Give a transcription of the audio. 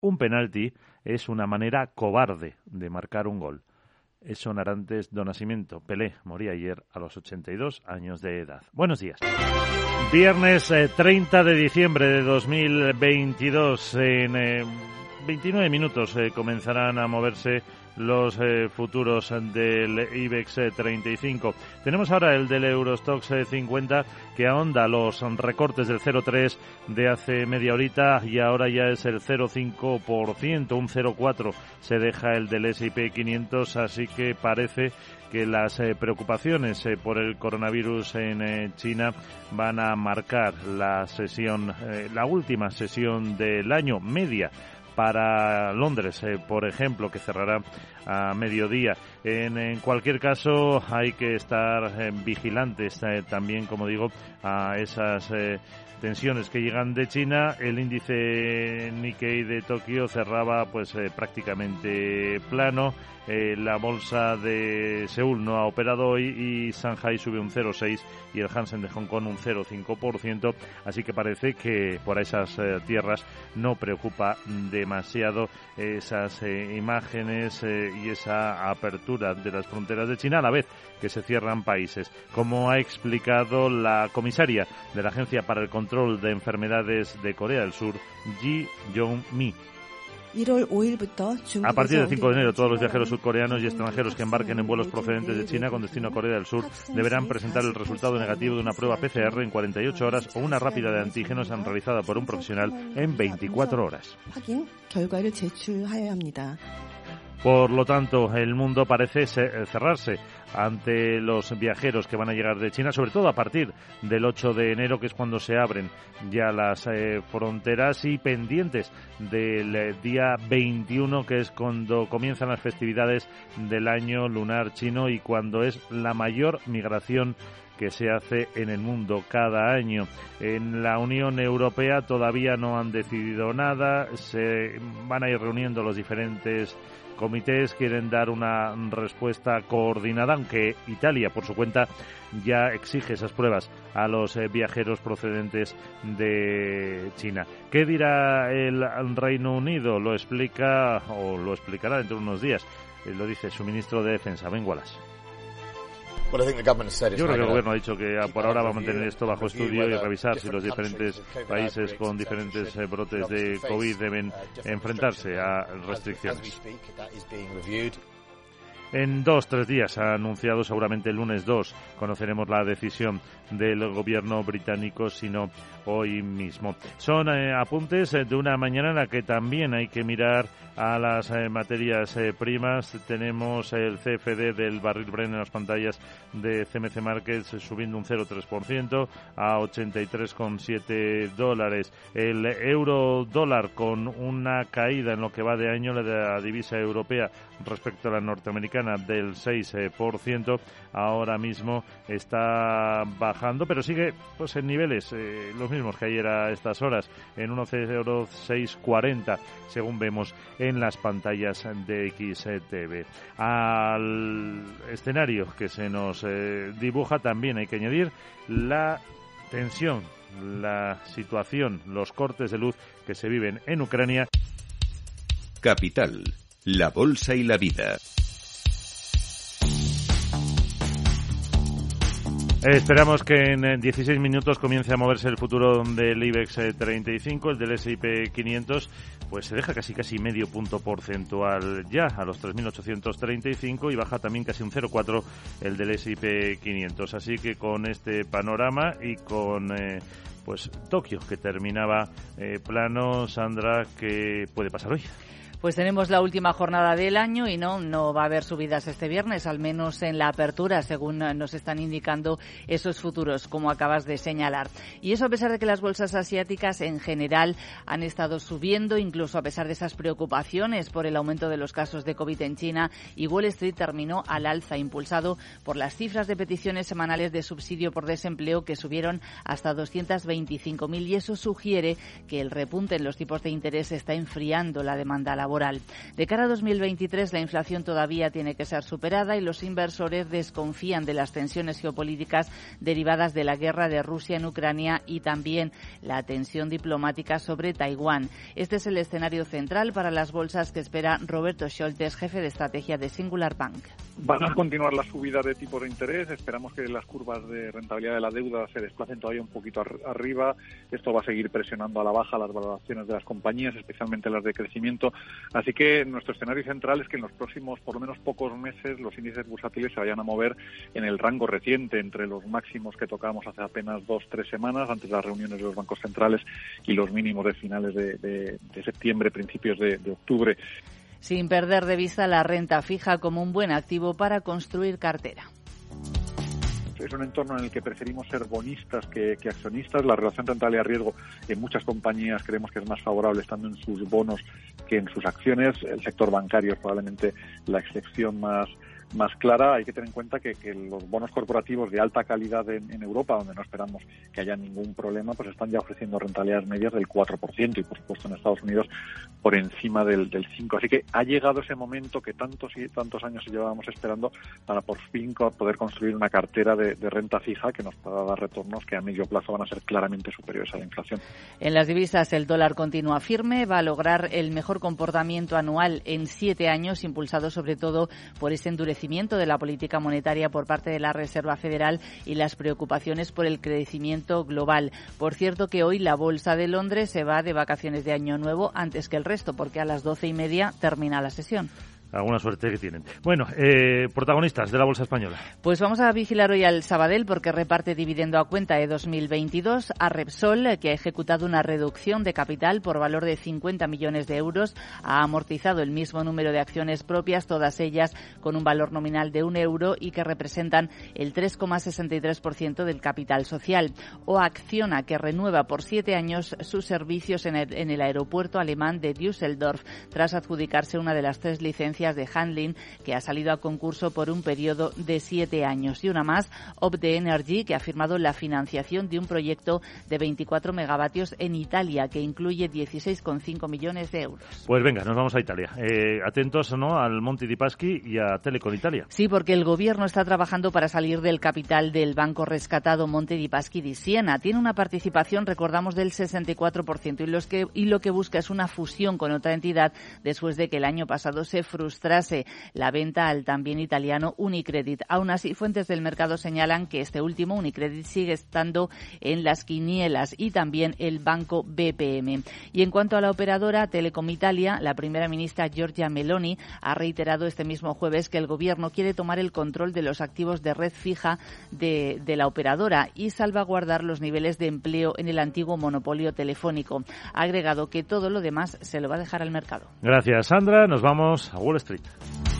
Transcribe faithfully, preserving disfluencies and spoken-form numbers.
un penalti es una manera cobarde de marcar un gol. Son Arantes do Nascimento. Pelé moría ayer a los ochenta y dos años de edad. Buenos días. Viernes eh, treinta de diciembre de dos mil veintidós. En eh, veintinueve minutos eh, comenzarán a moverse los eh, futuros del IBEX eh, treinta y cinco. Tenemos ahora el del Eurostoxx eh, cincuenta que ahonda los recortes del cero coma tres de hace media horita y ahora ya es el cero coma cinco por ciento, un cero coma cuatro se deja el del ese y pe quinientos, así que parece que las eh, preocupaciones eh, por el coronavirus en eh, China van a marcar la sesión, eh, la última sesión del año, media para Londres, eh, por ejemplo, que cerrará a mediodía. En, en cualquier caso, hay que estar eh, vigilantes eh, también, como digo, a esas eh, tensiones que llegan de China. El índice Nikkei de Tokio cerraba pues eh, prácticamente plano. Eh, la bolsa de Seúl no ha operado hoy y Shanghai sube un cero coma seis y el Hansen de Hong Kong un cero coma cinco por ciento, así que parece que por esas eh, tierras no preocupa demasiado esas eh, imágenes eh, y esa apertura de las fronteras de China a la vez que se cierran países. Como ha explicado la comisaria de la Agencia para el Control de Enfermedades de Corea del Sur, Ji Yong-mi. A partir del cinco de enero, todos los viajeros surcoreanos y extranjeros que embarquen en vuelos procedentes de China con destino a Corea del Sur deberán presentar el resultado negativo de una prueba pe ce erre en cuarenta y ocho horas o una rápida de antígenos realizada por un profesional en veinticuatro horas. Por lo tanto, el mundo parece cerrarse ante los viajeros que van a llegar de China, sobre todo a partir del ocho de enero, que es cuando se abren ya las eh, fronteras, y pendientes del eh, día veintiuno, que es cuando comienzan las festividades del año lunar chino y cuando es la mayor migración que se hace en el mundo cada año. En la Unión Europea todavía no han decidido nada, se van a ir reuniendo los diferentes comités, quieren dar una respuesta coordinada, aunque Italia, por su cuenta, ya exige esas pruebas a los eh, viajeros procedentes de China. ¿Qué dirá el Reino Unido? Lo explica, o lo explicará dentro de unos días, eh, lo dice su ministro de Defensa, Ben Wallace. Yo creo que el gobierno ha dicho que por ahora va a mantener esto bajo estudio y revisar si los diferentes países con diferentes brotes de COVID deben enfrentarse a restricciones. En dos, tres días, ha anunciado, seguramente el lunes dos, conoceremos la decisión del gobierno británico, sino hoy mismo. Son eh, apuntes de una mañana en la que también hay que mirar a las eh, materias eh, primas. Tenemos el ce efe de del barril Brent en las pantallas de ce eme ce Markets subiendo un cero coma tres por ciento a ochenta y tres coma siete dólares. El euro dólar con una caída en lo que va de año, la divisa europea respecto a la norteamericana del seis por ciento, ahora mismo está bajando, pero sigue pues en niveles eh, los mismos que ayer a estas horas, en uno coma cero seis cuarenta, según vemos en las pantallas de X T V. Al escenario que se nos eh, dibuja también hay que añadir la tensión, la situación, los cortes de luz que se viven en Ucrania. Capital, la bolsa y la vida. Esperamos que en dieciséis minutos comience a moverse el futuro del IBEX treinta y cinco, el del ese y pe quinientos, pues se deja casi casi medio punto porcentual ya a los tres mil ochocientos treinta y cinco y baja también casi un cero coma cuatro el del ese y pe quinientos. Así que con este panorama y con eh, pues Tokio que terminaba eh, plano, Sandra, ¿qué puede pasar hoy? Pues tenemos la última jornada del año y no, no va a haber subidas este viernes, al menos en la apertura, según nos están indicando esos futuros, como acabas de señalar. Y eso a pesar de que las bolsas asiáticas en general han estado subiendo, incluso a pesar de esas preocupaciones por el aumento de los casos de COVID en China, y Wall Street terminó al alza, impulsado por las cifras de peticiones semanales de subsidio por desempleo que subieron hasta doscientos veinticinco mil, y eso sugiere que el repunte en los tipos de interés está enfriando la demanda laboral. laboral. De cara a dos mil veintitrés, la inflación todavía tiene que ser superada y los inversores desconfían de las tensiones geopolíticas derivadas de la guerra de Rusia en Ucrania y también la tensión diplomática sobre Taiwán. Este es el escenario central para las bolsas que espera Roberto Scholtes, jefe de estrategia de Singular Bank. Van a continuar las subidas de tipos de interés. Esperamos que las curvas de rentabilidad de la deuda se desplacen todavía un poquito ar- arriba. Esto va a seguir presionando a la baja las valoraciones de las compañías, especialmente las de crecimiento. Así que nuestro escenario central es que en los próximos, por lo menos pocos meses, los índices bursátiles se vayan a mover en el rango reciente, entre los máximos que tocamos hace apenas dos, tres semanas, antes de las reuniones de los bancos centrales, y los mínimos de finales de, de, de septiembre, principios de, de octubre. Sin perder de vista la renta fija como un buen activo para construir cartera. Es un entorno en el que preferimos ser bonistas que, que accionistas. La relación rentabilidad-riesgo en muchas compañías creemos que es más favorable estando en sus bonos que en sus acciones. El sector bancario es probablemente la excepción más más clara. Hay que tener en cuenta que, que los bonos corporativos de alta calidad en, en Europa, donde no esperamos que haya ningún problema, pues están ya ofreciendo rentabilidades medias del cuatro por ciento y, por supuesto, en Estados Unidos por encima del, del cinco por ciento. Así que ha llegado ese momento que tantos y tantos años llevábamos esperando para por fin poder construir una cartera de, de renta fija que nos pueda dar retornos que a medio plazo van a ser claramente superiores a la inflación. En las divisas, el dólar continúa firme, va a lograr el mejor comportamiento anual en siete años, impulsado sobre todo por ese endurecimiento de la política monetaria por parte de la Reserva Federal y las preocupaciones por el crecimiento global. Por cierto que hoy la Bolsa de Londres se va de vacaciones de Año Nuevo antes que el resto, porque a las doce y media termina la sesión. Alguna suerte que tienen. Bueno, eh, protagonistas de la Bolsa Española. Pues vamos a vigilar hoy al Sabadell porque reparte dividendo a cuenta de dos mil veintidós, a Repsol, que ha ejecutado una reducción de capital por valor de cincuenta millones de euros, ha amortizado el mismo número de acciones propias, todas ellas con un valor nominal de un euro y que representan el tres coma sesenta y tres por ciento del capital social. O Acciona, que renueva por siete años sus servicios en el, en el aeropuerto alemán de Düsseldorf, tras adjudicarse una de las tres licencias de handling que ha salido a concurso por un periodo de siete años. Y una más, Opde Energy, que ha firmado la financiación de un proyecto de veinticuatro megavatios en Italia, que incluye dieciséis coma cinco millones de euros. Pues venga, nos vamos a Italia. Eh, atentos, ¿no?, al Monte dei Paschi y a Telecom Italia. Sí, porque el gobierno está trabajando para salir del capital del banco rescatado Monte dei Paschi di Siena. Tiene una participación, recordamos, del sesenta y cuatro por ciento y, los que, y lo que busca es una fusión con otra entidad después de que el año pasado se frustrase la venta al también italiano Unicredit. Aún así, fuentes del mercado señalan que este último, Unicredit, sigue estando en las quinielas y también el banco B P M. Y en cuanto a la operadora Telecom Italia, la primera ministra Giorgia Meloni ha reiterado este mismo jueves que el gobierno quiere tomar el control de los activos de red fija de, de la operadora y salvaguardar los niveles de empleo en el antiguo monopolio telefónico. Ha agregado que todo lo demás se lo va a dejar al mercado. Gracias, Sandra. Nos vamos a Wall Street.